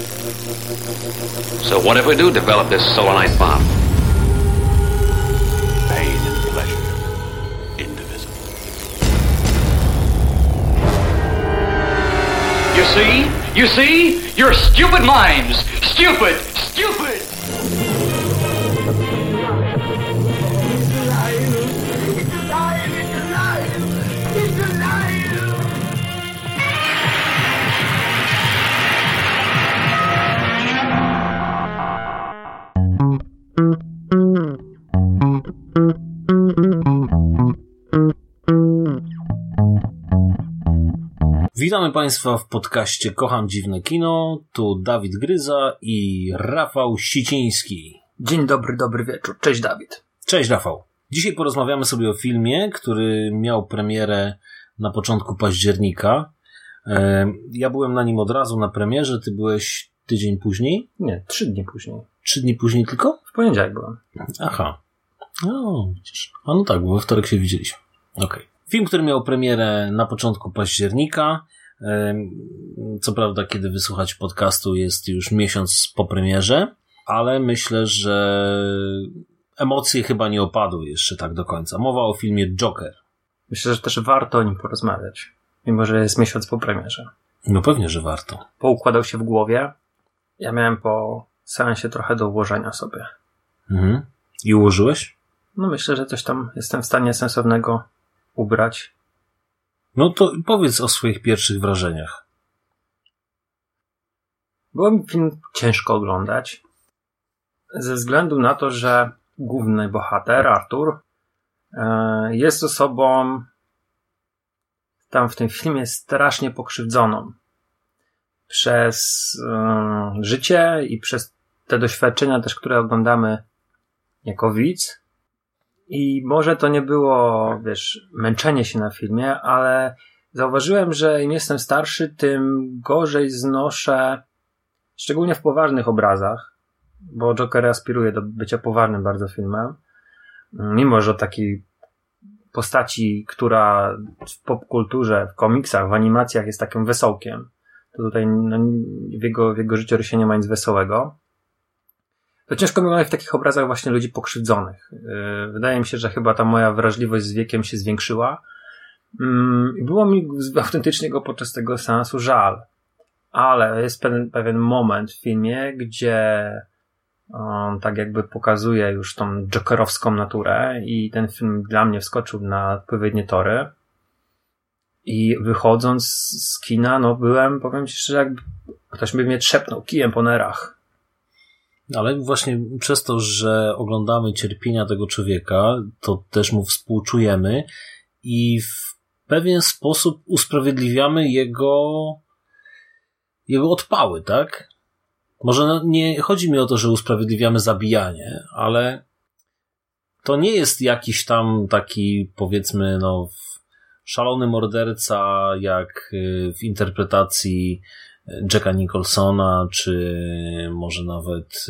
So what if we do develop this solanite bomb? Pain and pleasure, indivisible. You see? You see? Your stupid minds! Stupid! Stupid! Witamy Państwa w podcaście Kocham Dziwne Kino. Tu Dawid Gryza i Rafał Siciński. Dzień dobry, dobry wieczór. Cześć Dawid. Cześć Rafał. Dzisiaj porozmawiamy sobie o filmie, który miał premierę na początku października. Ja byłem na nim od razu na premierze, ty byłeś tydzień później? Nie, 3 dni później. 3 dni później tylko? W poniedziałek byłem. Aha. No, widzisz. A no tak, bo we wtorek się widzieliśmy. Okej. Film, który miał premierę na początku października. Co prawda, kiedy wysłuchać podcastu, jest już miesiąc po premierze, ale myślę, że emocje chyba nie opadły jeszcze tak do końca. Mowa o filmie Joker. Myślę, że też warto o nim porozmawiać, mimo że jest miesiąc po premierze. No pewnie, że warto. Poukładał się w głowie. Ja miałem po seansie trochę do ułożenia sobie. Mhm. I ułożyłeś? No myślę, że coś tam jestem w stanie sensownego ubrać. No to powiedz o swoich pierwszych wrażeniach. Było mi film ciężko oglądać, ze względu na to, że główny bohater, Artur, jest osobą tam w tym filmie strasznie pokrzywdzoną przez życie i przez te doświadczenia też, które oglądamy jako widz. I może to nie było, męczenie się na filmie, ale zauważyłem, że im jestem starszy, tym gorzej znoszę, szczególnie w poważnych obrazach, bo Joker aspiruje do bycia poważnym bardzo filmem, mimo że takiej postaci, która w popkulturze, w komiksach, w animacjach jest takim wesołkiem, to tutaj w jego życiorysie nie ma nic wesołego. To ciężko mi oglądać w takich obrazach właśnie ludzi pokrzywdzonych. Wydaje mi się, że chyba ta moja wrażliwość z wiekiem się zwiększyła. Było mi autentycznie go podczas tego seansu żal. Ale jest pewien moment w filmie, gdzie on tak jakby pokazuje już tą jokerowską naturę i ten film dla mnie wskoczył na odpowiednie tory. I wychodząc z kina, powiem ci szczerze, jakby ktoś by mnie trzepnął kijem po nerach. Ale właśnie przez to, że oglądamy cierpienia tego człowieka, to też mu współczujemy i w pewien sposób usprawiedliwiamy jego odpały, tak? Może nie chodzi mi o to, że usprawiedliwiamy zabijanie, ale to nie jest jakiś tam taki, powiedzmy, szalony morderca, jak w interpretacji Jacka Nicholsona, czy może nawet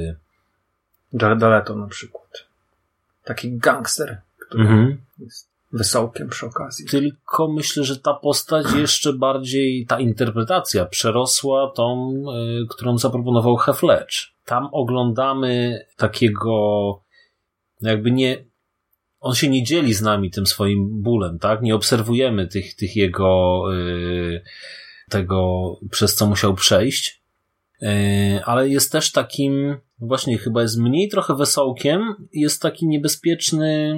Jared Leto na przykład. Taki gangster, który jest wesołkiem przy okazji. Tylko myślę, że ta postać jeszcze bardziej, ta interpretacja przerosła tą, którą zaproponował Heath Ledger. Tam oglądamy takiego, jakby on się nie dzieli z nami tym swoim bólem, tak? Nie obserwujemy tych jego tego, przez co musiał przejść, ale jest też takim, właśnie chyba jest mniej trochę wesołkiem, jest taki niebezpieczny.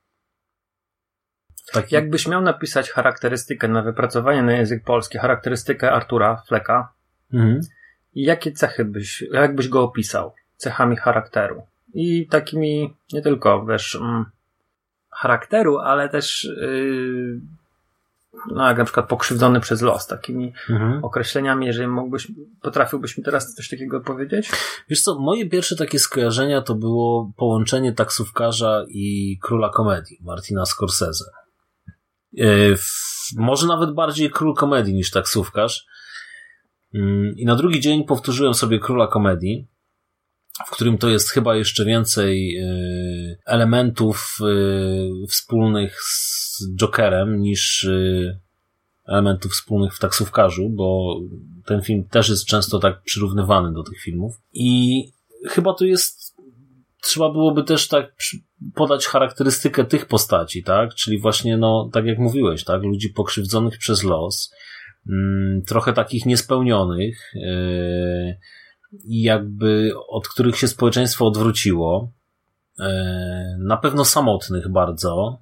Jakbyś miał napisać charakterystykę na wypracowanie na język polski, charakterystykę Artura Fleka, i jakie cechy jakbyś go opisał? Cechami charakteru. I takimi nie tylko, charakteru, ale też jak na przykład pokrzywdzony przez los, takimi określeniami, jeżeli potrafiłbyś mi teraz coś takiego powiedzieć? Wiesz co, moje pierwsze takie skojarzenia to było połączenie taksówkarza i króla komedii, Martina Scorsese. Może nawet bardziej król komedii niż taksówkarz. I na drugi dzień powtórzyłem sobie króla komedii, w którym to jest chyba jeszcze więcej elementów wspólnych z Jokerem niż elementów wspólnych w Taksówkarzu, bo ten film też jest często tak przyrównywany do tych filmów. I chyba tu trzeba byłoby też tak podać charakterystykę tych postaci, tak? Czyli właśnie, tak jak mówiłeś, tak? Ludzi pokrzywdzonych przez los, trochę takich niespełnionych, i jakby od których się społeczeństwo odwróciło, na pewno samotnych bardzo,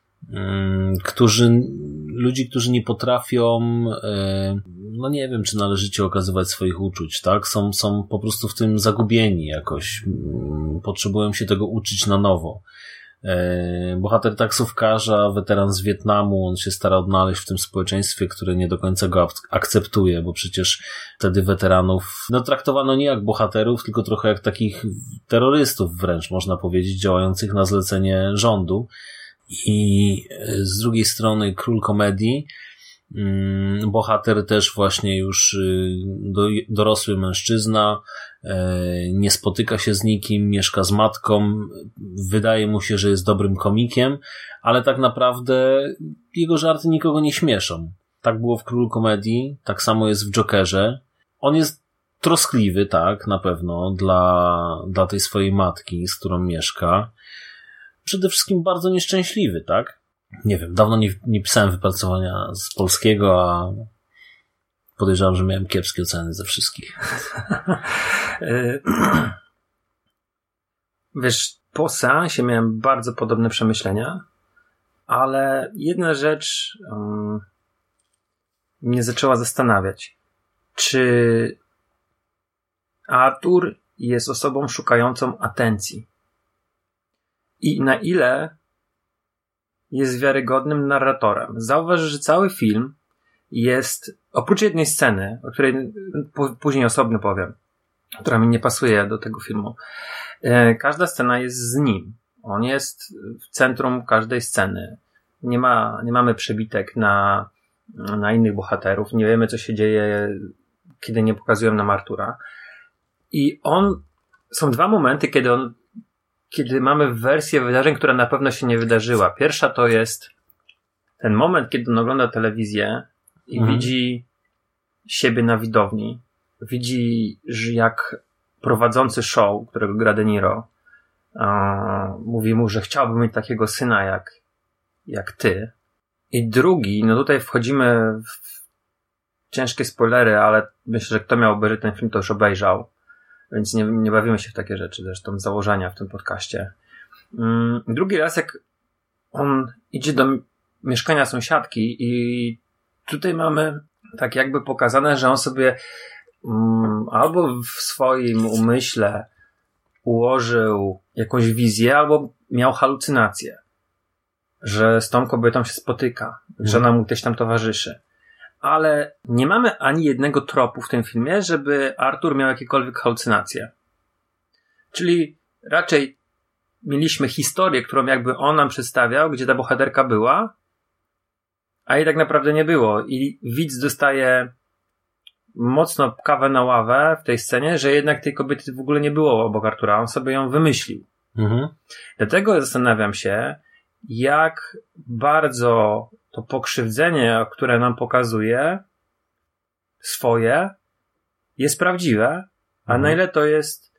ludzi, którzy nie potrafią, nie wiem, czy należycie okazywać swoich uczuć, tak? Są po prostu w tym zagubieni jakoś, potrzebują się tego uczyć na nowo. Bohater Taksówkarza, weteran z Wietnamu, on się stara odnaleźć w tym społeczeństwie, które nie do końca go akceptuje, bo przecież wtedy weteranów traktowano nie jak bohaterów, tylko trochę jak takich terrorystów wręcz, można powiedzieć, działających na zlecenie rządu. I z drugiej strony król komedii, bohater też właśnie już dorosły mężczyzna, nie spotyka się z nikim, mieszka z matką, wydaje mu się, że jest dobrym komikiem, ale tak naprawdę jego żarty nikogo nie śmieszą. Tak było w Królu Komedii, tak samo jest w Jokerze. On jest troskliwy, tak, na pewno, dla tej swojej matki, z którą mieszka. Przede wszystkim bardzo nieszczęśliwy, tak? Nie wiem, dawno nie pisałem wypracowania z polskiego, a podejrzewam, że miałem kiepskie oceny ze wszystkich. Wiesz, po seansie miałem bardzo podobne przemyślenia, ale jedna rzecz mnie zaczęła zastanawiać. Czy Artur jest osobą szukającą atencji? I na ile jest wiarygodnym narratorem? Zauważ, że cały film jest, oprócz jednej sceny, o której później osobno powiem, która mi nie pasuje do tego filmu, każda scena jest z nim. On jest w centrum każdej sceny. Nie mamy przebitek na innych bohaterów. Nie wiemy, co się dzieje, kiedy nie pokazują nam Artura. I są dwa momenty, kiedy mamy wersję wydarzeń, która na pewno się nie wydarzyła. Pierwsza to jest ten moment, kiedy on ogląda telewizję i widzi siebie na widowni. Widzi, że jak prowadzący show, którego gra De Niro, mówi mu, że chciałby mieć takiego syna jak ty. I drugi, tutaj wchodzimy w ciężkie spoilery, ale myślę, że kto miał obejrzeć ten film, to już obejrzał. Więc nie bawimy się w takie rzeczy, zresztą z założenia w tym podcaście. Drugi raz, jak on idzie do mieszkania sąsiadki i tutaj mamy tak jakby pokazane, że on sobie albo w swoim umyśle ułożył jakąś wizję, albo miał halucynację, że z tą kobietą się spotyka, że ona mu gdzieś tam towarzyszy. Ale nie mamy ani jednego tropu w tym filmie, żeby Artur miał jakiekolwiek halucynacje. Czyli raczej mieliśmy historię, którą jakby on nam przedstawiał, gdzie ta bohaterka była, a jej tak naprawdę nie było. I widz dostaje mocno kawę na ławę w tej scenie, że jednak tej kobiety w ogóle nie było obok Artura. On sobie ją wymyślił. Dlatego zastanawiam się, jak bardzo to pokrzywdzenie, które nam pokazuje swoje, jest prawdziwe, a na ile to jest,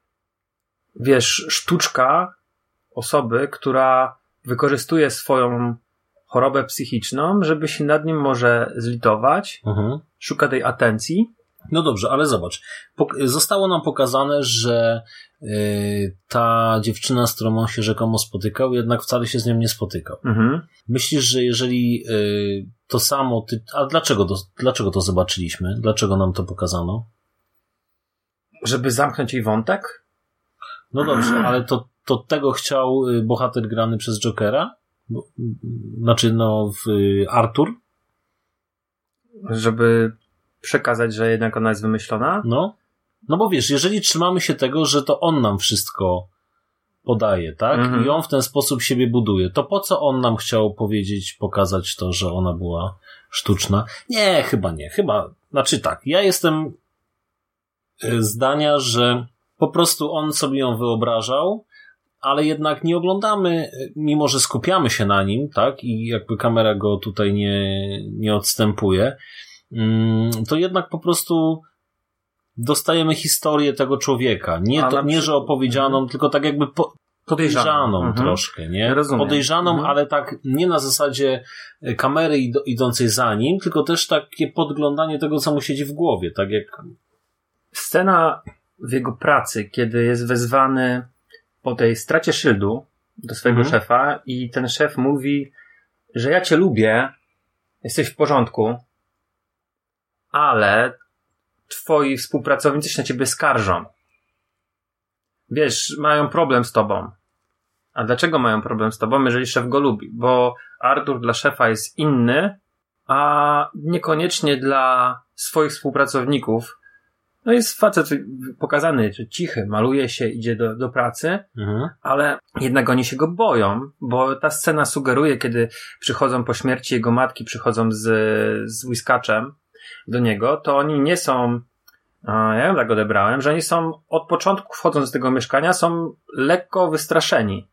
sztuczka osoby, która wykorzystuje swoją chorobę psychiczną, żeby się nad nim może zlitować, szuka tej atencji. No dobrze, ale zobacz. Zostało nam pokazane, że ta dziewczyna, z którą on się rzekomo spotykał, jednak wcale się z nią nie spotykał. Myślisz, że jeżeli to samo... A dlaczego to zobaczyliśmy? Dlaczego nam to pokazano? Żeby zamknąć jej wątek? No dobrze, ale to tego chciał bohater grany przez Jokera? Artur? Żeby przekazać, że jednak ona jest wymyślona? No bo wiesz, jeżeli trzymamy się tego, że to on nam wszystko podaje, tak? I on w ten sposób siebie buduje, to po co on nam chciał pokazać to, że ona była sztuczna? Nie, chyba nie. Ja jestem zdania, że po prostu on sobie ją wyobrażał, ale jednak nie oglądamy, mimo że skupiamy się na nim, tak, i jakby kamera go tutaj nie odstępuje, to jednak po prostu dostajemy historię tego człowieka. Nie że opowiedzianą, tylko tak jakby podejrzaną troszkę, nie? Rozumiem. Podejrzaną, ale tak nie na zasadzie kamery idącej za nim, tylko też takie podglądanie tego, co mu siedzi w głowie, tak jak... Scena w jego pracy, kiedy jest wezwany po tej stracie szyldu do swojego szefa i ten szef mówi, że ja cię lubię, jesteś w porządku, ale twoi współpracownicy się na ciebie skarżą. Wiesz, mają problem z tobą. A dlaczego mają problem z tobą, jeżeli szef go lubi? Bo Artur dla szefa jest inny, a niekoniecznie dla swoich współpracowników. No jest facet pokazany, że cichy, maluje się, idzie do pracy, ale jednak oni się go boją, bo ta scena sugeruje, kiedy przychodzą po śmierci jego matki, przychodzą z whiskaczem do niego, to oni nie są, ja ją tak odebrałem, że oni są od początku wchodząc do tego mieszkania, są lekko wystraszeni.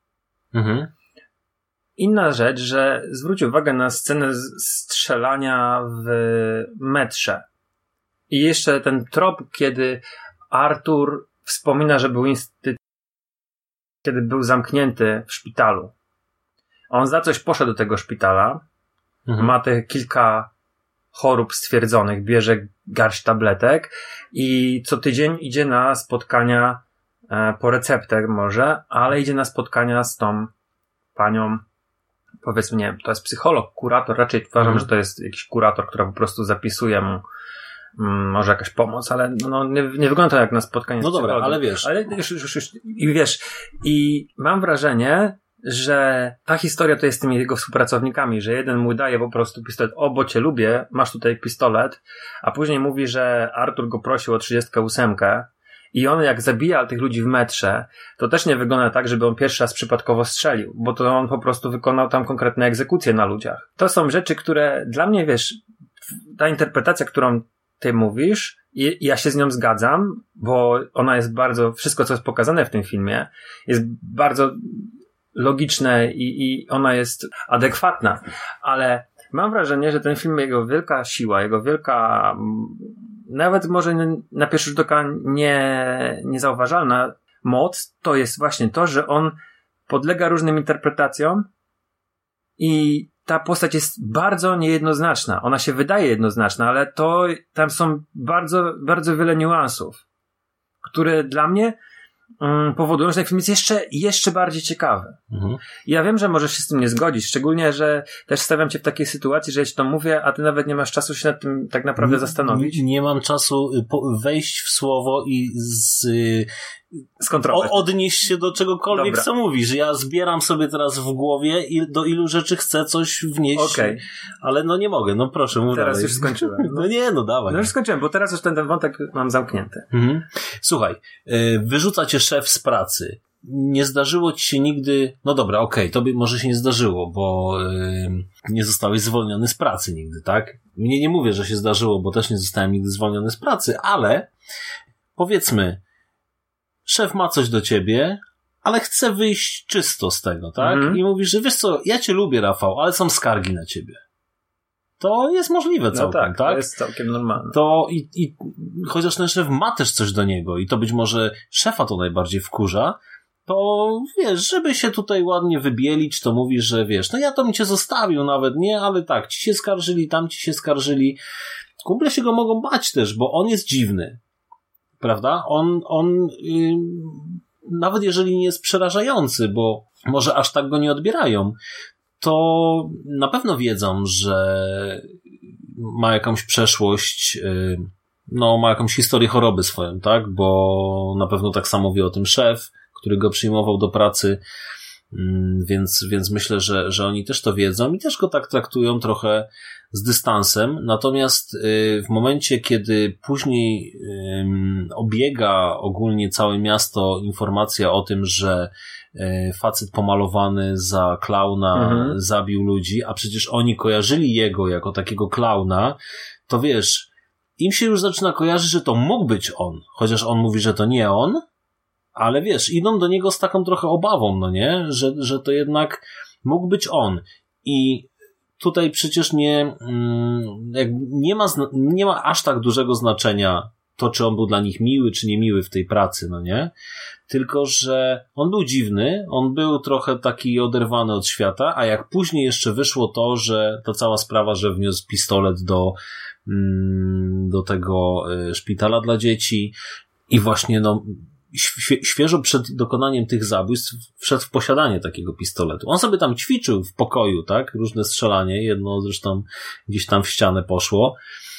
Inna rzecz, że zwróć uwagę na scenę strzelania w metrze. I jeszcze ten trop, kiedy Artur wspomina, że był kiedy był zamknięty w szpitalu. On za coś poszedł do tego szpitala, ma te kilka chorób stwierdzonych, bierze garść tabletek i co tydzień idzie na spotkania po receptę może, ale idzie na spotkania z tą panią, powiedzmy, nie wiem, to jest psycholog, kurator, raczej uważam, że to jest jakiś kurator, która po prostu zapisuje mu może jakaś pomoc, ale nie wygląda to jak na spotkanie z psychologiem. No dobra, ale wiesz. Ale i mam wrażenie, że ta historia to jest z tymi jego współpracownikami, że jeden mu daje po prostu pistolet, bo cię lubię, masz tutaj pistolet, a później mówi, że Artur go prosił o 38 i on jak zabija tych ludzi w metrze, to też nie wygląda tak, żeby on pierwszy raz przypadkowo strzelił, bo to on po prostu wykonał tam konkretne egzekucje na ludziach. To są rzeczy, które dla mnie, wiesz, ta interpretacja, którą ty mówisz, i ja się z nią zgadzam, bo ona jest bardzo, wszystko co jest pokazane w tym filmie jest bardzo logiczne i ona jest adekwatna, ale mam wrażenie, że ten film, jego wielka siła, jego wielka, nawet może na pierwszy rzut oka niezauważalna moc, to jest właśnie to, że on podlega różnym interpretacjom i ta postać jest bardzo niejednoznaczna. Ona się wydaje jednoznaczna, ale tam są bardzo, bardzo wiele niuansów, które dla mnie powodują, że ten film jest jeszcze bardziej ciekawy. Ja wiem, że możesz się z tym nie zgodzić, szczególnie, że też stawiam cię w takiej sytuacji, że ja ci to mówię, a ty nawet nie masz czasu się nad tym tak naprawdę zastanowić. Nie mam czasu wejść w słowo i skontrolować. Odnieść się do czegokolwiek, co mówisz. Ja zbieram sobie teraz w głowie do ilu rzeczy chcę coś wnieść. Ale nie mogę. Proszę, mów teraz dalej. Już skończyłem. Dawaj. Już skończyłem, bo teraz już ten wątek mam zamknięty. Słuchaj, wyrzuca cię szef z pracy. Nie zdarzyło ci się nigdy... tobie może się nie zdarzyło, bo nie zostałeś zwolniony z pracy nigdy, tak? Mnie nie mówię, że się zdarzyło, bo też nie zostałem nigdy zwolniony z pracy, ale powiedzmy, szef ma coś do ciebie, ale chce wyjść czysto z tego, tak? I mówisz, że wiesz co, ja cię lubię, Rafał, ale są skargi na ciebie. To jest możliwe całkiem, tak? To jest całkiem normalne. To chociaż ten szef ma też coś do niego i to być może szefa to najbardziej wkurza, to wiesz, żeby się tutaj ładnie wybielić, to mówisz, że wiesz, ja to bym cię zostawił nawet, nie? Ale tak, ci się skarżyli, tam ci się skarżyli. Kumple się go mogą bać też, bo on jest dziwny. Prawda? On nawet jeżeli nie jest przerażający, bo może aż tak go nie odbierają, to na pewno wiedzą, że ma jakąś przeszłość, ma jakąś historię choroby swoją, tak? Bo na pewno tak samo wie o tym szef, który go przyjmował do pracy, więc myślę, że oni też to wiedzą i też go tak traktują trochę z dystansem. Natomiast w momencie, kiedy później obiega ogólnie całe miasto informacja o tym, że facet pomalowany za klauna zabił ludzi, a przecież oni kojarzyli jego jako takiego klauna, to wiesz, im się już zaczyna kojarzyć, że to mógł być on, chociaż on mówi, że to nie on, ale wiesz, idą do niego z taką trochę obawą, no nie? Że to jednak mógł być on. I tutaj przecież nie ma aż tak dużego znaczenia to, czy on był dla nich miły, czy niemiły w tej pracy, no nie? Tylko, że on był dziwny, on był trochę taki oderwany od świata, a jak później jeszcze wyszło to, że ta cała sprawa, że wniósł pistolet do tego szpitala dla dzieci i właśnie świeżo przed dokonaniem tych zabójstw wszedł w posiadanie takiego pistoletu. On sobie tam ćwiczył w pokoju, tak? Różne strzelanie, jedno zresztą gdzieś tam w ścianę poszło.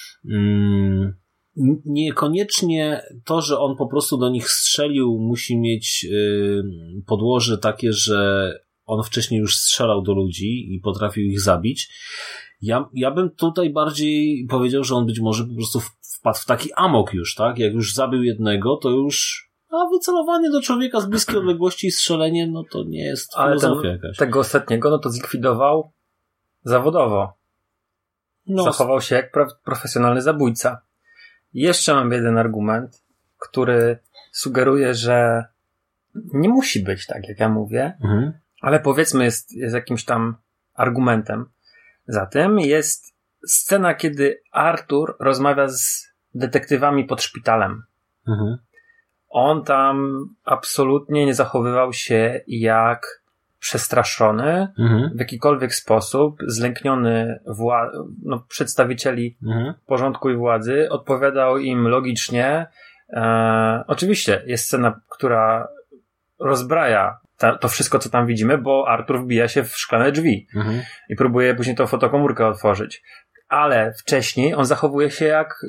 Niekoniecznie to, że on po prostu do nich strzelił, musi mieć podłoże takie, że on wcześniej już strzelał do ludzi i potrafił ich zabić. Ja bym tutaj bardziej powiedział, że on być może po prostu wpadł w taki amok już, tak? Jak już zabił jednego, to już wycelowanie do człowieka z bliskiej odległości i strzelenie, no to nie jest filozofia jakaś. Tego ostatniego, no to zlikwidował zawodowo. Zachował się jak profesjonalny zabójca. Jeszcze mam jeden argument, który sugeruje, że nie musi być tak, jak ja mówię, ale powiedzmy jest jakimś tam argumentem. Zatem jest scena, kiedy Arthur rozmawia z detektywami pod szpitalem. On tam absolutnie nie zachowywał się jak przestraszony w jakikolwiek sposób, zlękniony przedstawicieli porządku i władzy, odpowiadał im logicznie. Oczywiście jest scena, która rozbraja to wszystko, co tam widzimy, bo Arthur wbija się w szklane drzwi i próbuje później tą fotokomórkę otworzyć. Ale wcześniej on zachowuje się jak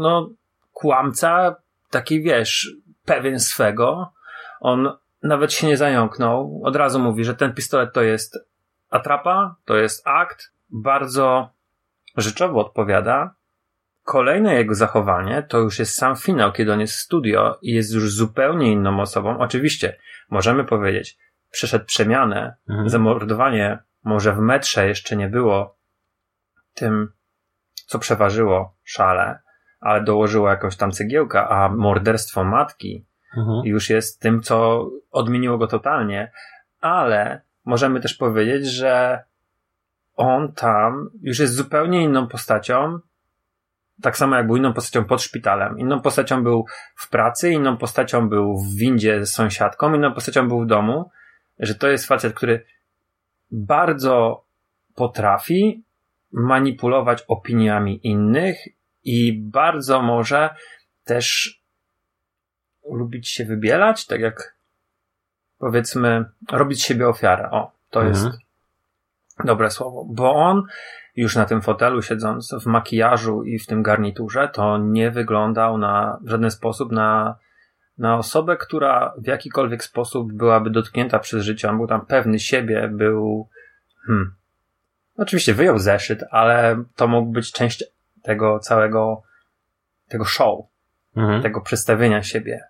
kłamca, taki wiesz, pewien swego. On nawet się nie zająknął. Od razu mówi, że ten pistolet to jest atrapa, to jest akt. Bardzo rzeczowo odpowiada. Kolejne jego zachowanie to już jest sam finał, kiedy on jest w studio i jest już zupełnie inną osobą. Oczywiście możemy powiedzieć, przeszedł przemianę, zamordowanie może w metrze jeszcze nie było tym, co przeważyło szale, ale dołożyło jakąś tam cegiełkę, a morderstwo matki już jest tym, co odmieniło go totalnie, ale możemy też powiedzieć, że on tam już jest zupełnie inną postacią, tak samo jak był inną postacią pod szpitalem, inną postacią był w pracy, inną postacią był w windzie z sąsiadką, inną postacią był w domu, że to jest facet, który bardzo potrafi manipulować opiniami innych i bardzo może też lubić się wybielać, tak jak powiedzmy robić z siebie ofiarę. O, to jest dobre słowo. Bo on już na tym fotelu siedząc w makijażu i w tym garniturze, to nie wyglądał w żaden sposób na osobę, która w jakikolwiek sposób byłaby dotknięta przez życie. On był tam pewny siebie, był oczywiście wyjął zeszyt, ale to mógł być część tego całego tego show, tego przedstawienia siebie.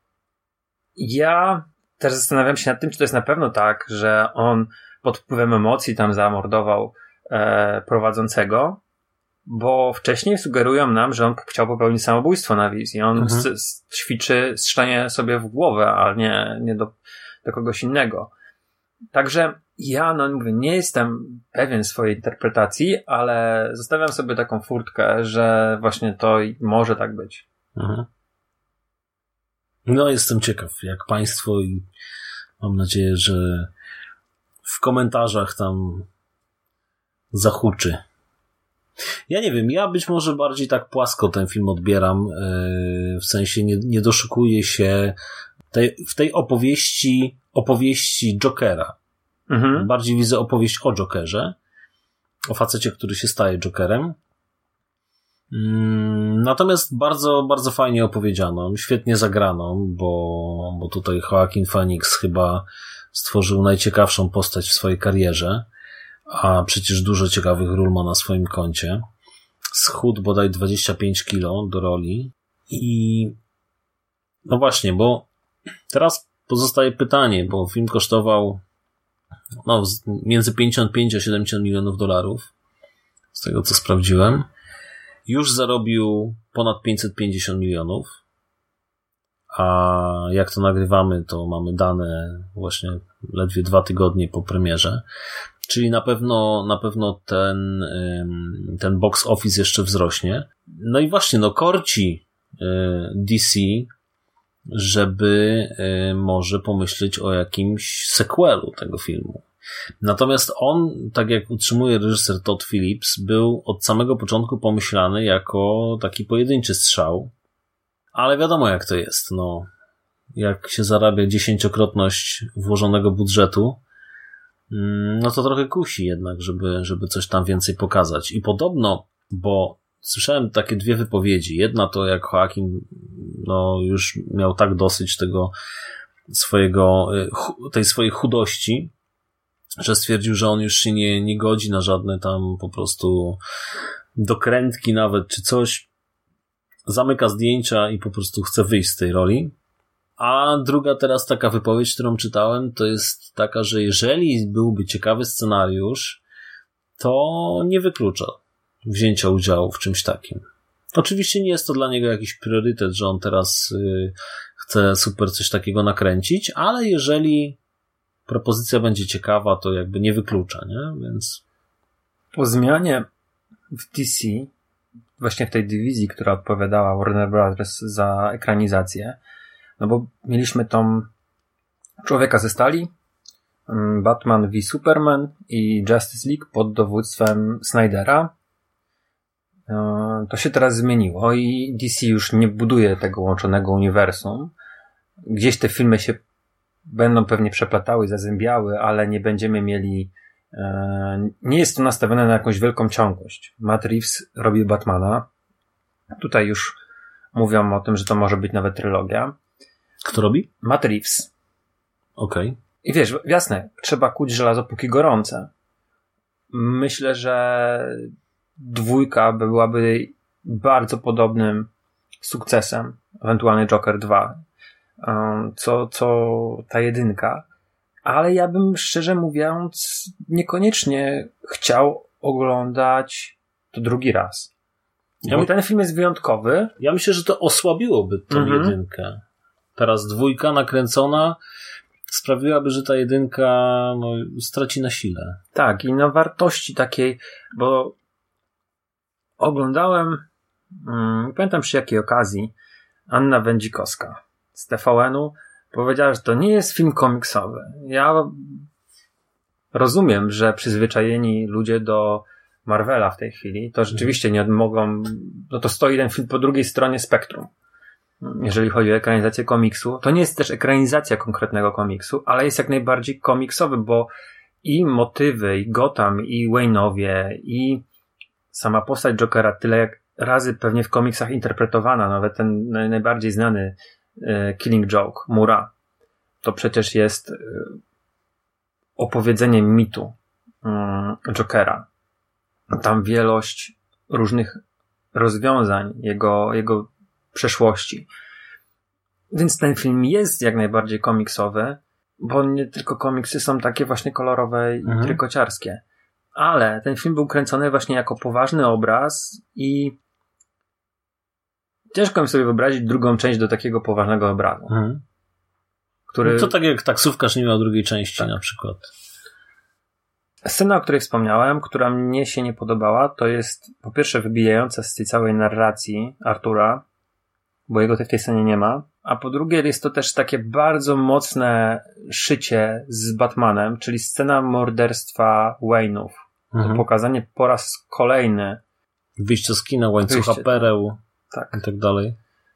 Ja też zastanawiam się nad tym, czy to jest na pewno tak, że on pod wpływem emocji tam zamordował prowadzącego, bo wcześniej sugerują nam, że on chciał popełnić samobójstwo na wizji. On ćwiczy strzelanie sobie w głowę, a nie do kogoś innego. Także ja, mówię, nie jestem pewien swojej interpretacji, ale zostawiam sobie taką furtkę, że właśnie to może tak być. No, jestem ciekaw, jak państwo, i mam nadzieję, że w komentarzach tam zahuczy. Ja nie wiem, ja być może bardziej tak płasko ten film odbieram, w sensie nie doszukuję się w tej opowieści Jokera. Bardziej widzę opowieść o Jokerze, o facecie, który się staje Jokerem. Natomiast bardzo, bardzo fajnie opowiedzianą, świetnie zagraną, bo tutaj Joaquin Phoenix chyba stworzył najciekawszą postać w swojej karierze, a przecież dużo ciekawych ról ma na swoim koncie. Schudł bodaj 25 kilo do roli i no właśnie, bo teraz pozostaje pytanie, bo film kosztował między 55 a 70 milionów dolarów, z tego co sprawdziłem. Już zarobił ponad 550 milionów, a jak to nagrywamy, to mamy dane właśnie ledwie 2 tygodnie po premierze. Czyli na pewno ten box office jeszcze wzrośnie. No i właśnie, korci DC, żeby może pomyśleć o jakimś sequelu tego filmu. Natomiast on, tak jak utrzymuje reżyser Todd Phillips, był od samego początku pomyślany jako taki pojedynczy strzał, ale wiadomo jak to jest. Jak się zarabia 10-krotność włożonego budżetu, to trochę kusi jednak, żeby coś tam więcej pokazać. I podobno, bo słyszałem takie 2 wypowiedzi. Jedna to jak Joaquin już miał tak dosyć tej swojej chudości, że stwierdził, że on już się nie godzi na żadne tam po prostu dokrętki nawet, czy coś. Zamyka zdjęcia i po prostu chce wyjść z tej roli. A druga teraz taka wypowiedź, którą czytałem, to jest taka, że jeżeli byłby ciekawy scenariusz, to nie wyklucza wzięcia udziału w czymś takim. Oczywiście nie jest to dla niego jakiś priorytet, że on teraz chce super coś takiego nakręcić, ale jeżeli propozycja będzie ciekawa, to jakby nie wyklucza, nie? Więc po zmianie w DC, właśnie w tej dywizji, która odpowiadała Warner Brothers za ekranizację, bo mieliśmy tą Człowieka ze Stali, Batman v Superman i Justice League pod dowództwem Snydera. To się teraz zmieniło i DC już nie buduje tego łączonego uniwersum. Gdzieś te filmy się będą pewnie przeplatały, zazębiały, ale nie będziemy mieli... Nie jest to nastawione na jakąś wielką ciągłość. Matt Reeves robi Batmana. Tutaj już mówią o tym, że to może być nawet trylogia. Kto robi? Matt Reeves. Okej. I wiesz, jasne, trzeba kuć żelazo póki gorące. Myślę, że 2 byłaby bardzo podobnym sukcesem, ewentualnie Joker 2, co ta 1, ale ja bym szczerze mówiąc niekoniecznie chciał oglądać to drugi raz. Bo ten film jest wyjątkowy. Ja myślę, że to osłabiłoby tą 1. Teraz 2 nakręcona sprawiłaby, że ta 1 straci na sile. Tak, i na wartości takiej, bo oglądałem, nie pamiętam przy jakiej okazji, Anna Wędzikowska z TVN-u powiedziała, że to nie jest film komiksowy. Ja rozumiem, że przyzwyczajeni ludzie do Marvela w tej chwili, to rzeczywiście nie mogą, to stoi ten film po drugiej stronie spektrum. Jeżeli chodzi o ekranizację komiksu, to nie jest też ekranizacja konkretnego komiksu, ale jest jak najbardziej komiksowy, bo i motywy, i Gotham, i Wayne'owie, i sama postać Jokera tyle razy pewnie w komiksach interpretowana, nawet ten najbardziej znany Killing Joke, Mura, to przecież jest opowiedzenie mitu Jokera. Tam wielość różnych rozwiązań jego przeszłości. Więc ten film jest jak najbardziej komiksowy, bo nie tylko komiksy są takie właśnie kolorowe i trykociarskie. Ale ten film był kręcony właśnie jako poważny obraz i ciężko mi sobie wyobrazić drugą część do takiego poważnego obrazu. Który... To tak jak Taksówkarz nie miał drugiej części na przykład. Scena, o której wspomniałem, która mnie się nie podobała, to jest po pierwsze wybijająca z tej całej narracji Artura, bo jego w tej scenie nie ma, a po drugie jest to też takie bardzo mocne szycie z Batmanem, czyli scena morderstwa Wayne'ów. To pokazanie po raz kolejny wyjście z kina, łańcucha pereł i tak dalej.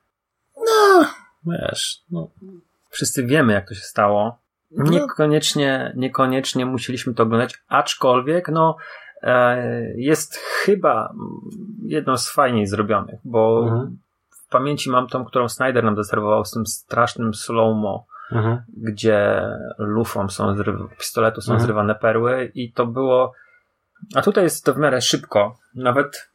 Wiesz, wszyscy wiemy, jak to się stało. Niekoniecznie musieliśmy to oglądać, aczkolwiek jest chyba jedną z fajniej zrobionych, bo w pamięci mam tą, którą Snyder nam zaserwował z tym strasznym slow-mo, gdzie lufą pistoletu są zrywane perły i to było, a tutaj jest to w miarę szybko, nawet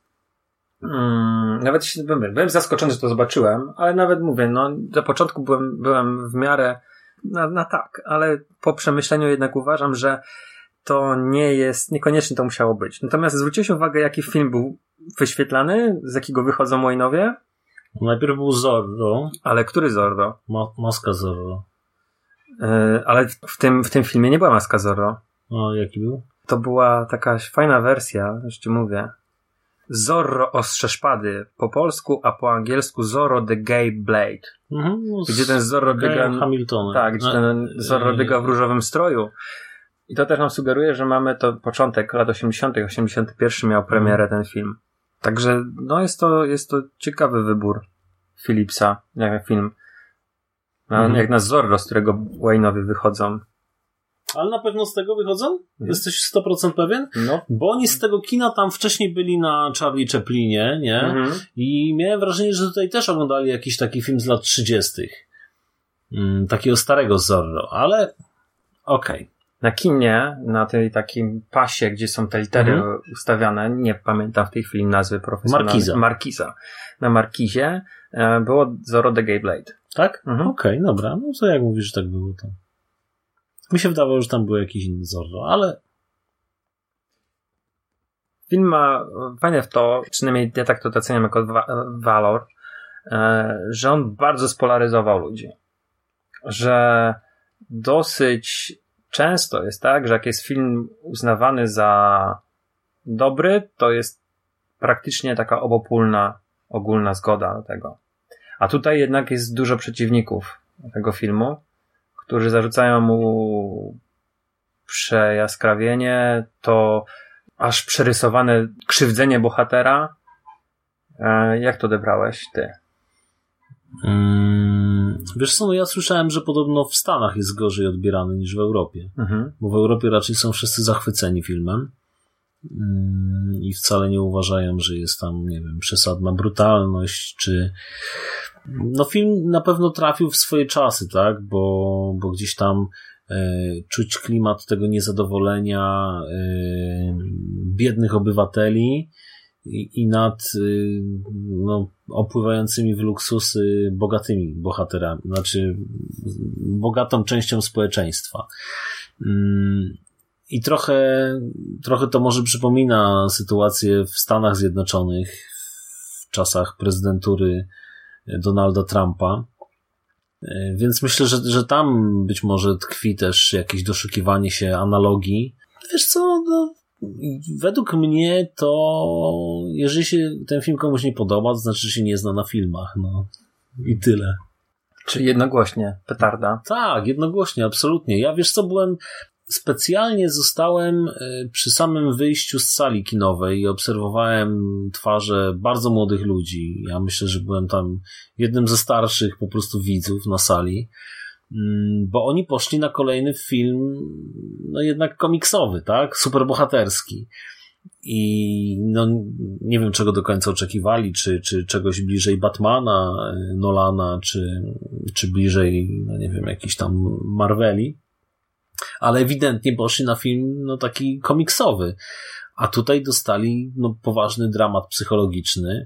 byłem zaskoczony, że to zobaczyłem, ale nawet mówię, na początku byłem w miarę na tak, ale po przemyśleniu jednak uważam, że to niekoniecznie to musiało być. Natomiast zwróciłeś uwagę, jaki film był wyświetlany, z jakiego wychodzą Wayne'owie? Najpierw był Zorro. Ale który Zorro? Maska Zorro. Ale w tym filmie nie była Maska Zorro. A jaki był? To była taka fajna wersja, już ci mówię. Zorro Ostrze Szpady po polsku, a po angielsku Zorro the Gay Blade. Gdzie ten Zorro biega... Hamiltona. Tak, gdzie ten Zorro biega w różowym stroju. I to też nam sugeruje, że mamy to początek lat 80., 81 miał premierę ten film. Także no jest to ciekawy wybór Philipsa, jak film. Jak na Zorro, z którego Wayne'owie wychodzą. Ale na pewno z tego wychodzą? Jesteś 100% pewien? No. Bo oni z tego kina tam wcześniej byli na Charlie Chaplinie, nie? I miałem wrażenie, że tutaj też oglądali jakiś taki film z lat 30. Takiego starego Zorro, ale okej. Na kinie, na tej takim pasie, gdzie są te litery ustawiane, nie pamiętam w tej chwili nazwy profesjonalnej. Markiza. Na Markizie było Zorro the Gay Blade. Tak? Okej, dobra. No to jak mówisz, że tak było, to... Mi się wydawało, że tam był jakiś inny Zorro, ale... Film ma fajne w to, przynajmniej ja tak to doceniam jako walor, że on bardzo spolaryzował ludzi. Że dosyć często jest tak, że jak jest film uznawany za dobry, to jest praktycznie taka obopólna, ogólna zgoda do tego. A tutaj jednak jest dużo przeciwników tego filmu, którzy zarzucają mu przejaskrawienie, to aż przerysowane krzywdzenie bohatera. Jak to odebrałeś ty? Wiesz co, no ja słyszałem, że podobno w Stanach jest gorzej odbierany niż w Europie. Bo w Europie raczej są wszyscy zachwyceni filmem i wcale nie uważają, że jest tam, nie wiem, przesadna brutalność, czy... No film na pewno trafił w swoje czasy, tak? Bo gdzieś tam czuć klimat tego niezadowolenia biednych obywateli i nad opływającymi w luksusy bogatymi bohaterami, znaczy bogatą częścią społeczeństwa. I trochę to może przypomina sytuację w Stanach Zjednoczonych w czasach prezydentury Donalda Trumpa. Więc myślę, że tam być może tkwi też jakieś doszukiwanie się analogii. Wiesz co, no, według mnie to jeżeli się ten film komuś nie podoba, to znaczy, że się nie zna na filmach. No i tyle. Czyli jednogłośnie, petarda. Tak, jednogłośnie, absolutnie. Ja wiesz co, specjalnie zostałem przy samym wyjściu z sali kinowej i obserwowałem twarze bardzo młodych ludzi. Ja myślę, że byłem tam jednym ze starszych po prostu widzów na sali, bo oni poszli na kolejny film, no jednak komiksowy, tak? Superbohaterski. I no nie wiem, czego do końca oczekiwali, czy czegoś bliżej Batmana, Nolana, czy bliżej, no nie wiem, jakiś tam Marveli. Ale ewidentnie poszli na film no taki komiksowy, a tutaj dostali no poważny dramat psychologiczny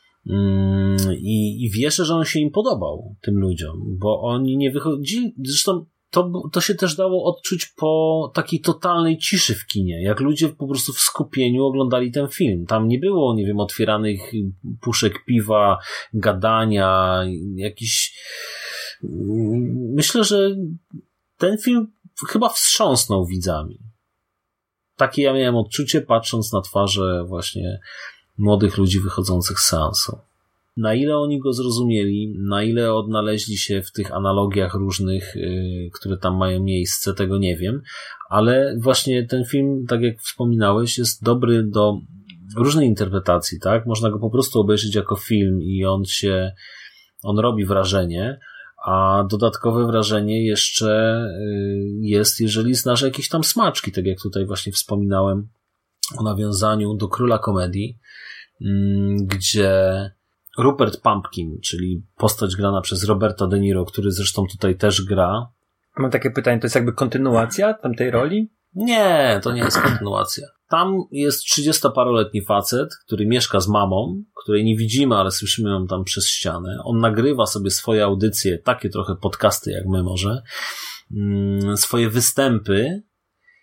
i wierzę, że on się im podobał, tym ludziom, bo oni nie wychodzili, zresztą to się też dało odczuć po takiej totalnej ciszy w kinie, jak ludzie po prostu w skupieniu oglądali ten film. Tam nie było, nie wiem, otwieranych puszek piwa, gadania, jakiś... Myślę, że ten film chyba wstrząsnął widzami. Takie ja miałem odczucie, patrząc na twarze właśnie młodych ludzi wychodzących z seansu. Na ile oni go zrozumieli, na ile odnaleźli się w tych analogiach różnych, które tam mają miejsce, tego nie wiem, ale właśnie ten film, tak jak wspominałeś, jest dobry do różnej interpretacji, tak? Można go po prostu obejrzeć jako film i on robi wrażenie, a dodatkowe wrażenie jeszcze jest, jeżeli znasz jakieś tam smaczki, tak jak tutaj właśnie wspominałem o nawiązaniu do Króla Komedii, gdzie Rupert Pumpkin, czyli postać grana przez Roberta De Niro, który zresztą tutaj też gra. Mam takie pytanie, to jest jakby kontynuacja tamtej roli? Nie, to nie jest kontynuacja. Tam jest 30-paroletni facet, który mieszka z mamą, której nie widzimy, ale słyszymy ją tam przez ścianę. On nagrywa sobie swoje audycje, takie trochę podcasty jak my może, swoje występy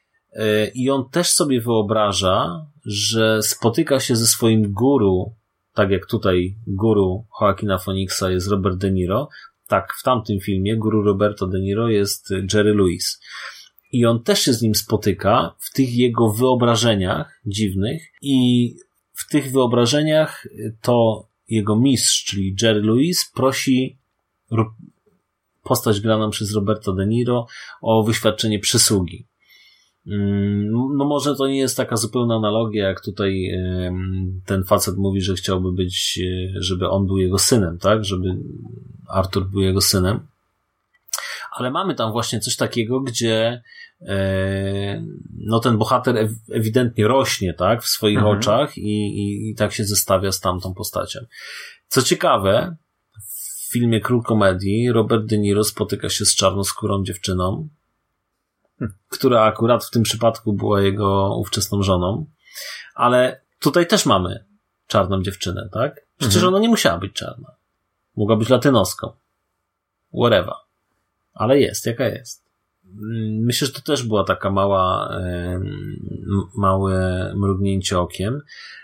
i on też sobie wyobraża, że spotyka się ze swoim guru tak jak tutaj guru Joaquina Phoenixa jest Robert De Niro, tak w tamtym filmie guru Roberto De Niro jest Jerry Lewis. I on też się z nim spotyka w tych jego wyobrażeniach dziwnych i w tych wyobrażeniach to jego mistrz, czyli Jerry Lewis, prosi postać graną przez Roberta De Niro o wyświadczenie przysługi. No może to nie jest taka zupełna analogia, jak tutaj ten facet mówi, że chciałby być, żeby on był jego synem, tak? Żeby Artur był jego synem. Ale mamy tam właśnie coś takiego, gdzie no ten bohater ewidentnie rośnie, tak? W swoich oczach i tak się zestawia z tamtą postacią. Co ciekawe, w filmie Król Komedii Robert De Niro spotyka się z czarnoskórą dziewczyną, która akurat w tym przypadku była jego ówczesną żoną, ale tutaj też mamy czarną dziewczynę, tak? Przecież ona nie musiała być czarna. Mogła być latynoską. Whatever. Ale jest, jaka jest. Myślę, że to też była taka małe mrugnięcie okiem.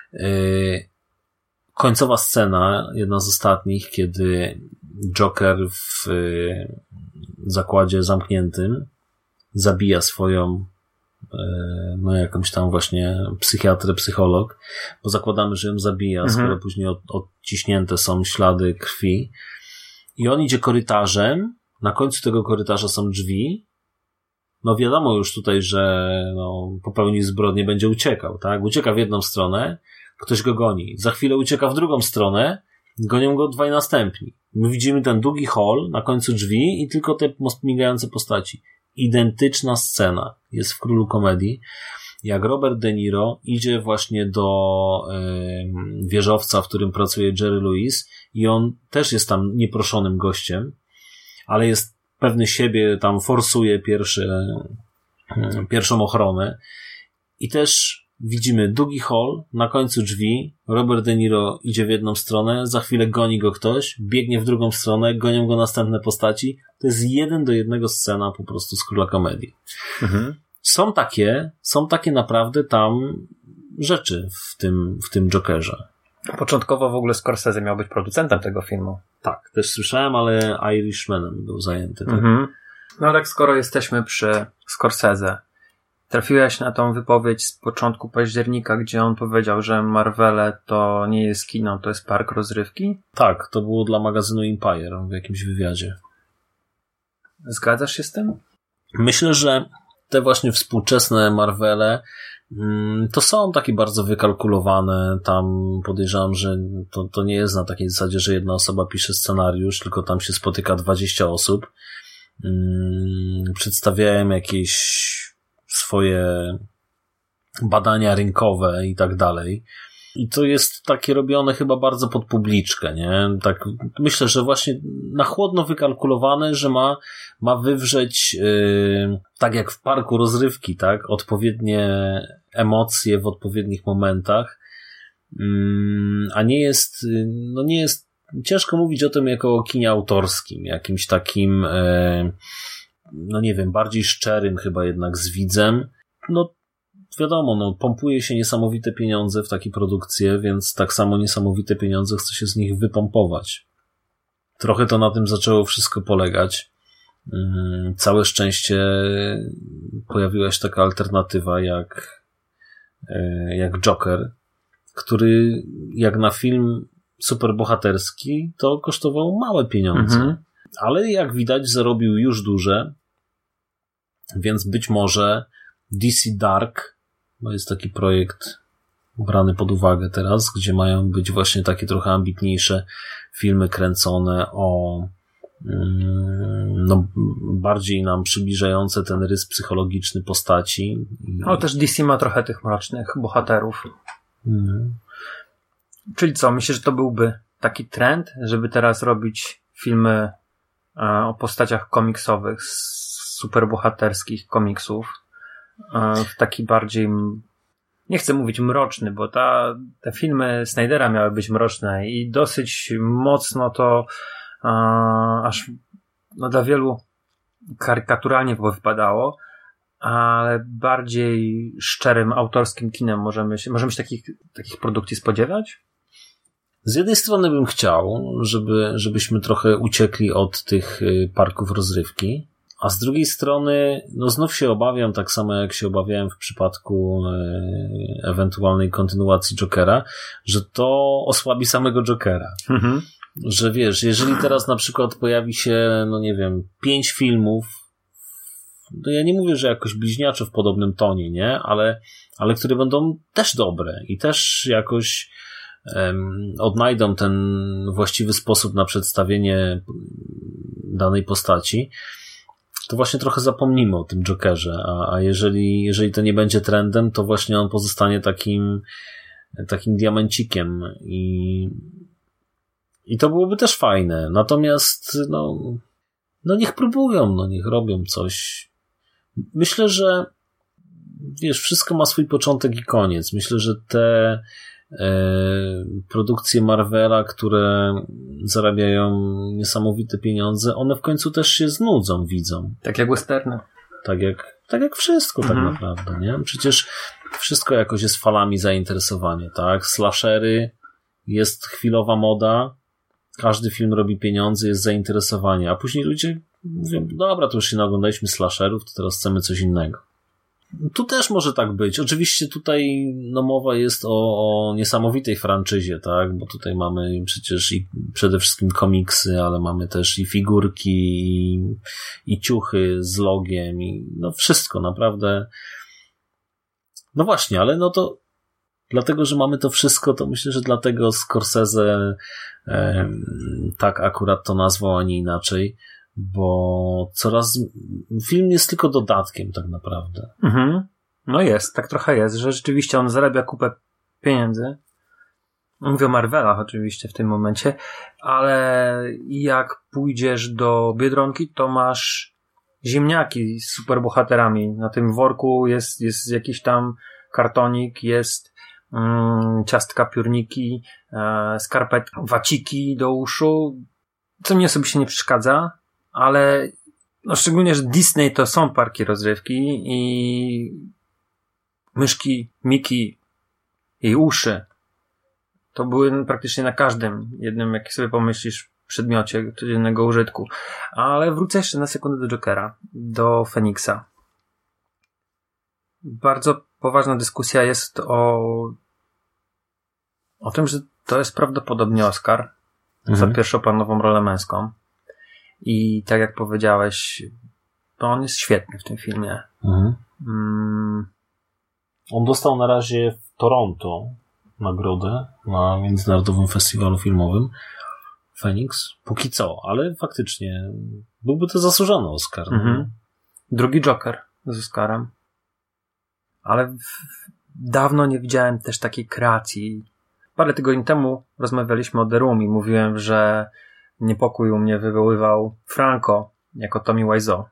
Końcowa scena, jedna z ostatnich, kiedy Joker w zakładzie zamkniętym zabija swoją no jakąś tam właśnie psychiatrę, psycholog, bo zakładamy, że ją zabija, skoro później odciśnięte są ślady krwi. I on idzie korytarzem, na końcu tego korytarza są drzwi. No wiadomo już tutaj, że no, popełni zbrodnię, będzie uciekał, tak? Ucieka w jedną stronę, ktoś go goni. Za chwilę ucieka w drugą stronę, gonią go dwaj następni. My widzimy ten długi hall na końcu drzwi i tylko te migające postaci. Identyczna scena jest w Królu Komedii, jak Robert De Niro idzie właśnie do wieżowca, w którym pracuje Jerry Lewis i on też jest tam nieproszonym gościem, ale jest pewny siebie, tam forsuje pierwszą ochronę i też widzimy długi hall, na końcu drzwi, Robert De Niro idzie w jedną stronę, za chwilę goni go ktoś, biegnie w drugą stronę, gonią go następne postaci. To jest 1:1 scena po prostu z Króla Komedii. Są takie naprawdę tam rzeczy w tym Jokerze. Początkowo w ogóle Scorsese miał być producentem tego filmu. Tak, też słyszałem, ale Irishmanem był zajęty. Tak? No tak, skoro jesteśmy przy Scorsese, trafiłeś na tą wypowiedź z początku października, gdzie on powiedział, że Marvele to nie jest kino, to jest park rozrywki? Tak, to było dla magazynu Empire w jakimś wywiadzie. Zgadzasz się z tym? Myślę, że te właśnie współczesne Marvele to są takie bardzo wykalkulowane. Tam podejrzewam, że to nie jest na takiej zasadzie, że jedna osoba pisze scenariusz, tylko tam się spotyka 20 osób. Przedstawiają jakieś swoje badania rynkowe i tak dalej. I to jest takie robione chyba bardzo pod publiczkę, nie? Tak, myślę, że właśnie na chłodno wykalkulowane, że ma wywrzeć, tak jak w parku rozrywki, tak? Odpowiednie emocje w odpowiednich momentach. A nie jest, ciężko mówić o tym jako o kinie autorskim, jakimś takim, no nie wiem, bardziej szczerym chyba jednak z widzem. No, wiadomo, pompuje się niesamowite pieniądze w takie produkcje, więc tak samo niesamowite pieniądze chce się z nich wypompować. Trochę to na tym zaczęło wszystko polegać. Całe szczęście pojawiła się taka alternatywa jak Joker, który jak na film superbohaterski to kosztował małe pieniądze. Ale jak widać zarobił już duże, więc być może DC Dark, bo jest taki projekt brany pod uwagę teraz, gdzie mają być właśnie takie trochę ambitniejsze filmy kręcone o bardziej nam przybliżające ten rys psychologiczny postaci. No też DC ma trochę tych mrocznych bohaterów. Czyli co, myślisz, że to byłby taki trend, żeby teraz robić filmy o postaciach komiksowych z superbohaterskich komiksów, w taki bardziej, nie chcę mówić mroczny, bo te filmy Snydera miały być mroczne i dosyć mocno to aż dla wielu karykaturalnie wypadało, ale bardziej szczerym, autorskim kinem możemy się takich produkcji spodziewać? z jednej strony bym chciał, żebyśmy trochę uciekli od tych parków rozrywki, a z drugiej strony, no znów się obawiam, tak samo jak się obawiałem w przypadku ewentualnej kontynuacji Jokera, że to osłabi samego Jokera. Mhm. Że wiesz, jeżeli teraz na przykład pojawi się, no nie wiem, 5 filmów, to ja nie mówię, że jakoś bliźniacze w podobnym tonie, nie? Ale które będą też dobre i też jakoś odnajdą ten właściwy sposób na przedstawienie danej postaci, to właśnie trochę zapomnimy o tym Jokerze, a jeżeli to nie będzie trendem, to właśnie on pozostanie takim diamencikiem i to byłoby też fajne. Natomiast no niech próbują, no niech robią coś. Myślę, że wiesz, wszystko ma swój początek i koniec. Myślę, że te produkcje Marvela, które zarabiają niesamowite pieniądze, one w końcu też się znudzą widzom. Tak jak westerny. Tak jak wszystko tak naprawdę, nie? Przecież wszystko jakoś jest falami zainteresowania, tak? Slashery, jest chwilowa moda, każdy film robi pieniądze, jest zainteresowanie, a później ludzie mówią, dobra, to już się naoglądaliśmy slasherów, to teraz chcemy coś innego. Tu też może tak być. Oczywiście tutaj mowa jest o niesamowitej franczyzie, tak? Bo tutaj mamy przecież i przede wszystkim komiksy, ale mamy też i figurki, i ciuchy z logiem, i wszystko naprawdę. No właśnie, ale to dlatego, że mamy to wszystko, to myślę, że dlatego Scorsese tak akurat to nazwał, a nie inaczej. Bo film jest tylko dodatkiem tak naprawdę. Mhm. No jest, tak trochę jest, że rzeczywiście on zarabia kupę pieniędzy. Mówię o Marvelach oczywiście w tym momencie, ale jak pójdziesz do Biedronki, to masz ziemniaki z superbohaterami. Na tym worku jest jakiś tam kartonik, jest ciastka, piórniki, skarpetki, waciki do uszu, co mnie osobiście nie przeszkadza. Ale szczególnie, że Disney to są parki rozrywki i myszki, Miki, jej uszy to były praktycznie na każdym jednym, jak sobie pomyślisz, przedmiocie codziennego użytku. Ale wrócę jeszcze na sekundę do Jokera, do Feniksa. Bardzo poważna dyskusja jest o tym, że to jest prawdopodobnie Oscar za pierwszoplanową rolę męską. I tak jak powiedziałeś, to on jest świetny w tym filmie. On dostał na razie w Toronto nagrodę na Międzynarodowym Festiwalu Filmowym Feniks. Póki co, ale faktycznie byłby to zasłużony Oscar. Drugi Joker z Oscarem. Ale dawno nie widziałem też takiej kreacji. Parę tygodni temu rozmawialiśmy o The Room i mówiłem, że niepokój u mnie wywoływał Franco jako Tommy Wiseau.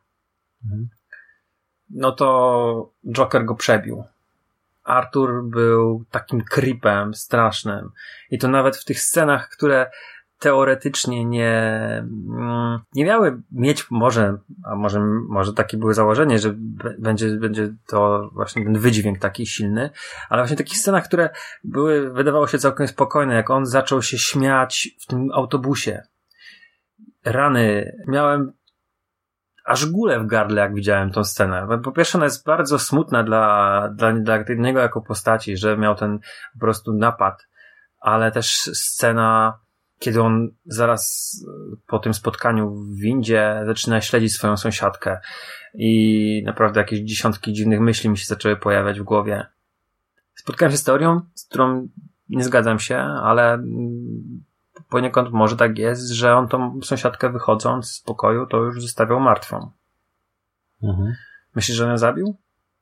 No to Joker go przebił. Arthur był takim creepem strasznym. I to nawet w tych scenach, które teoretycznie nie miały mieć może takie były założenie, że będzie to właśnie ten wydźwięk taki silny, ale właśnie w takich scenach, które wydawało się całkiem spokojne, jak on zaczął się śmiać w tym autobusie. Rany, miałem aż gulę w gardle, jak widziałem tą scenę. Po pierwsze, ona jest bardzo smutna dla niego jako postaci, że miał ten po prostu napad, ale też scena, kiedy on zaraz po tym spotkaniu w windzie zaczyna śledzić swoją sąsiadkę i naprawdę jakieś dziesiątki dziwnych myśli mi się zaczęły pojawiać w głowie. Spotkałem się z teorią, z którą nie zgadzam się, ale poniekąd może tak jest, że on tą sąsiadkę wychodząc z pokoju to już zostawiał martwą. Myślisz, że on ją zabił?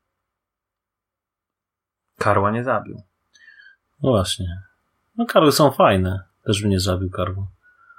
Karła nie zabił. No właśnie. No karły są fajne. Też by nie zabił karła.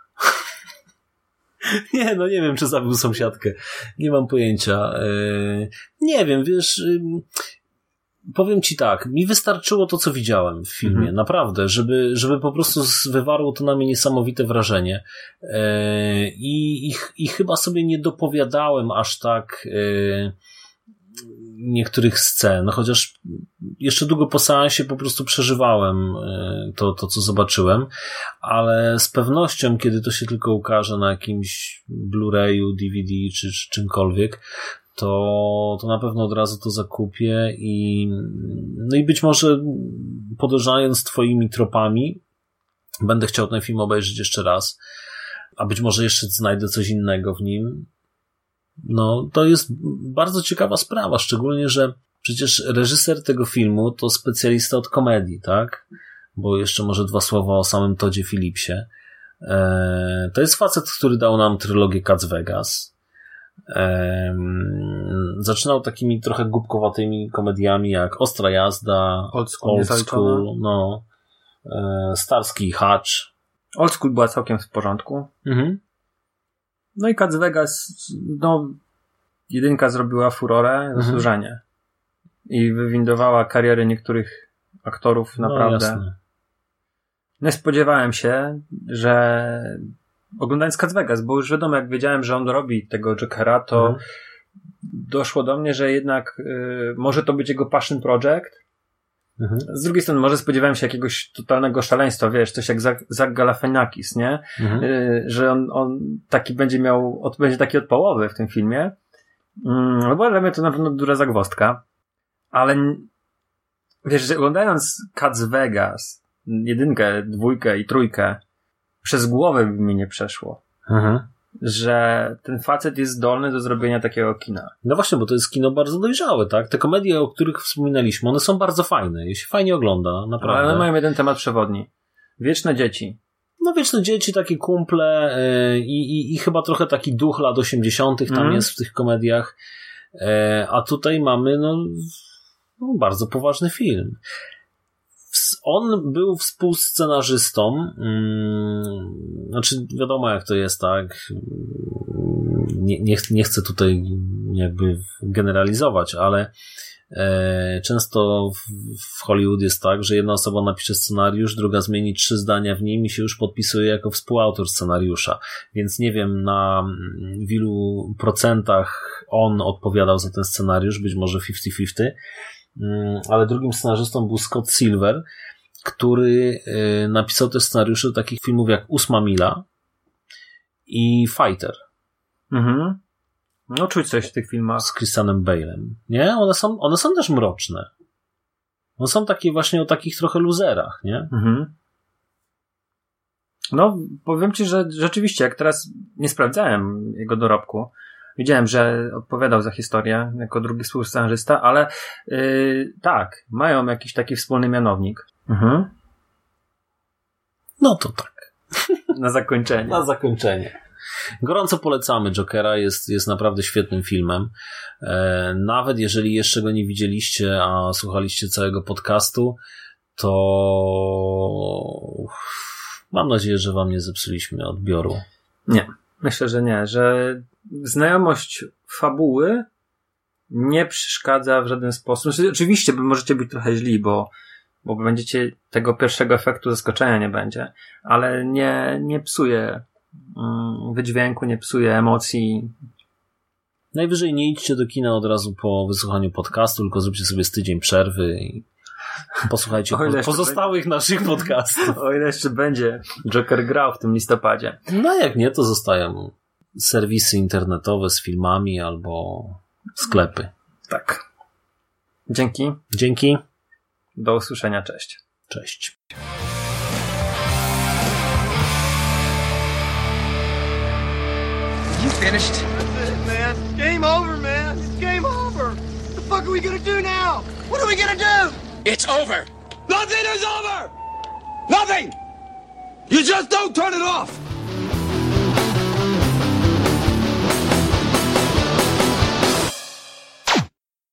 Nie wiem, czy zabił sąsiadkę. Nie mam pojęcia. Nie wiem, wiesz... Powiem ci tak, mi wystarczyło to, co widziałem w filmie, naprawdę, żeby po prostu wywarło to na mnie niesamowite wrażenie. I chyba sobie nie dopowiadałem aż tak niektórych scen, no chociaż jeszcze długo po seansie po prostu przeżywałem to, co zobaczyłem, ale z pewnością, kiedy to się tylko ukaże na jakimś Blu-rayu, DVD czy czymkolwiek, to na pewno od razu to zakupię i być może podążając twoimi tropami będę chciał ten film obejrzeć jeszcze raz, a być może jeszcze znajdę coś innego w nim. No, to jest bardzo ciekawa sprawa, szczególnie, że przecież reżyser tego filmu to specjalista od komedii, tak? Bo jeszcze może 2 słowa o samym Toddzie Phillipsie. To jest facet, który dał nam trylogię Cats Vegas. Zaczynał takimi trochę głupkowatymi komediami jak Ostra jazda, Old School, no, Starsky i Hutch. Old School była całkiem w porządku. Mhm. No i Cats Vegas, no, 1 zrobiła furorę, zasłużenie. I wywindowała kariery niektórych aktorów naprawdę. No, nie spodziewałem się, że oglądając Cats Vegas, bo już wiadomo, jak wiedziałem, że on robi tego Jokera, to doszło do mnie, że jednak może to być jego passion project. Z drugiej strony może spodziewałem się jakiegoś totalnego szaleństwa, wiesz, coś jak Zach Galifianakis, nie? Że on taki będzie taki odpałowy w tym filmie. No bo dla mnie to na pewno duża zagwozdka. Ale wiesz, że oglądając Cats Vegas 1, 2 i 3, przez głowę by mi nie przeszło, że ten facet jest zdolny do zrobienia takiego kina. No właśnie, bo to jest kino bardzo dojrzałe, tak? Te komedie, o których wspominaliśmy, one są bardzo fajne, je się fajnie ogląda, naprawdę. Ale one mają jeden temat przewodni. Wieczne dzieci. No wieczne dzieci, takie kumple i chyba trochę taki duch lat 80. tam jest w tych komediach. A tutaj mamy no bardzo poważny film. On był współscenarzystą, znaczy wiadomo jak to jest, tak, nie chcę tutaj jakby generalizować, ale często w Hollywood jest tak, że jedna osoba napisze scenariusz, druga zmieni 3 zdania w nim i się już podpisuje jako współautor scenariusza, więc nie wiem na w ilu procentach on odpowiadał za ten scenariusz, być może 50-50, ale drugim scenarzystą był Scott Silver, który napisał też scenariusze do takich filmów jak 8 mila i Fighter. No czuć coś w tych filmach. Z Christianem Bale'em. Nie? One są też mroczne. One są takie właśnie o takich trochę luzerach, nie? No, powiem ci, że rzeczywiście, jak teraz nie sprawdzałem jego dorobku, widziałem, że odpowiadał za historię jako drugi współscenarzysta, ale tak, mają jakiś taki wspólny mianownik. No to tak. Na zakończenie. Na zakończenie. Gorąco polecamy Jokera, jest naprawdę świetnym filmem. Nawet jeżeli jeszcze go nie widzieliście, a słuchaliście całego podcastu, to mam nadzieję, że wam nie zepsuliśmy odbioru. Nie, myślę, że nie, że znajomość fabuły nie przeszkadza w żaden sposób. Znaczy, oczywiście możecie być trochę źli, bo będziecie tego pierwszego efektu zaskoczenia nie będzie, ale nie psuje wydźwięku, nie psuje emocji. Najwyżej nie idźcie do kina od razu po wysłuchaniu podcastu, tylko zróbcie sobie z tydzień przerwy i posłuchajcie pozostałych naszych podcastów. O ile jeszcze będzie Joker grał w tym listopadzie. No jak nie, to zostają serwisy internetowe z filmami albo sklepy. Tak. Dzięki. Dzięki. Do usłyszenia. Cześć. Cześć. You finished? That's it, man. Game over, man. It's game over. What the fuck are we gonna do now? What are we gonna do? It's over. Nothing is over! Nothing! You just don't turn it off!